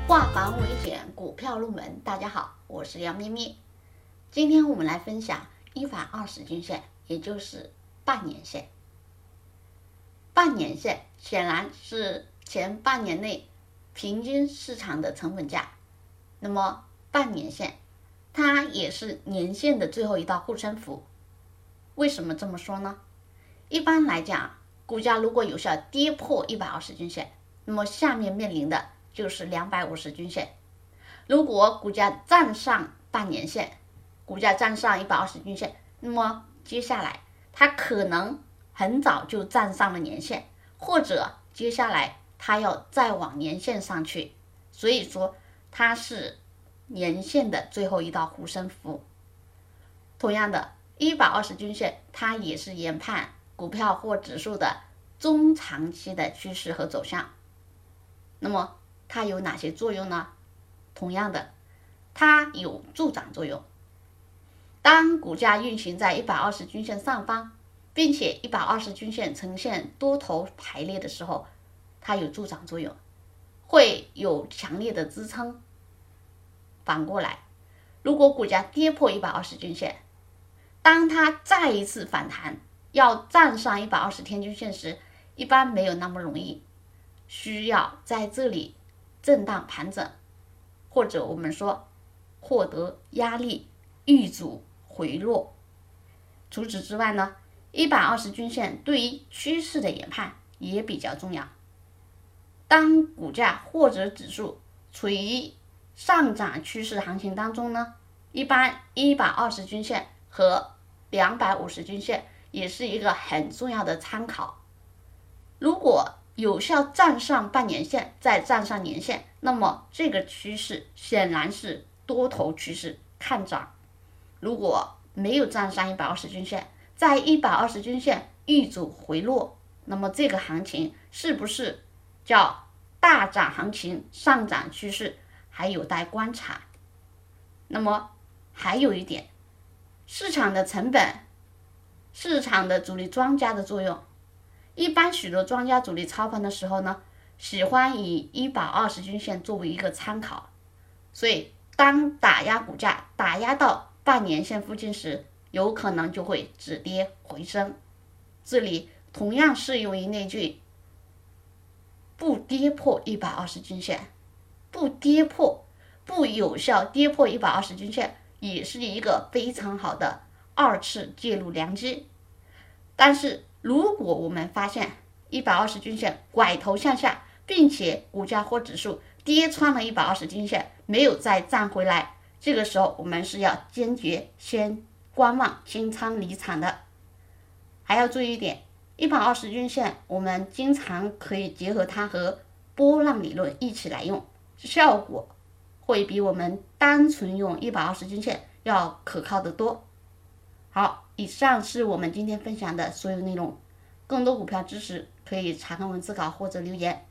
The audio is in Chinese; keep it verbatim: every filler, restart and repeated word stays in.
化繁为简，股票入门。大家好，我是杨咪咪。今天我们来分享一百二十均线，也就是半年线。半年线显然是前半年内平均市场的成本价，那么半年线它也是年线的最后一道护身符。为什么这么说呢？一般来讲，股价如果有效跌破一百二十均线，那么下面面临的就是两百五十均线。如果股价站上半年线，股价站上一百二十均线，那么接下来它可能很早就站上了年线，或者接下来它要再往年线上去，所以说它是年线的最后一道护身符。同样的，一百二十均线它也是研判股票或指数的中长期的趋势和走向。那么它有哪些作用呢？同样的，它有助涨作用。当股价运行在一百二十均线上方，并且一百二十均线呈现多头排列的时候，它有助涨作用，会有强烈的支撑。反过来，如果股价跌破一百二十均线，当它再一次反弹要站上一百二十天均线时，一般没有那么容易，需要在这里震荡盘整，或者我们说获得压力遇阻回落。除此之外呢，一百二十均线对于趋势的研判也比较重要。当股价或者指数处于上涨趋势行情当中呢，一般一百二十均线和两百五十均线也是一个很重要的参考。如果有效站上半年线，再站上年线，那么这个趋势显然是多头趋势，看涨。如果没有站上一百二十均线，在一百二十均线遇阻回落，那么这个行情是不是叫大涨行情、上涨趋势，还有待观察。那么还有一点，市场的成本，市场的主力庄家的作用。一般许多庄家主力操盘的时候呢，喜欢以一百二十均线作为一个参考，所以当打压股价打压到半年线附近时，有可能就会止跌回升。这里同样适用于那句不跌破一百二十均线，不跌破不有效跌破一百二十均线，也是一个非常好的二次介入良机。但是如果我们发现一百二十均线拐头向下，并且股价或指数跌穿了一百二十均线，没有再站回来，这个时候我们是要坚决先观望清仓离场的。还要注意一点，一百二十均线我们经常可以结合它和波浪理论一起来用，效果会比我们单纯用一百二十均线要可靠得多。好，以上是我们今天分享的所有内容，更多股票知识可以查看文字稿或者留言。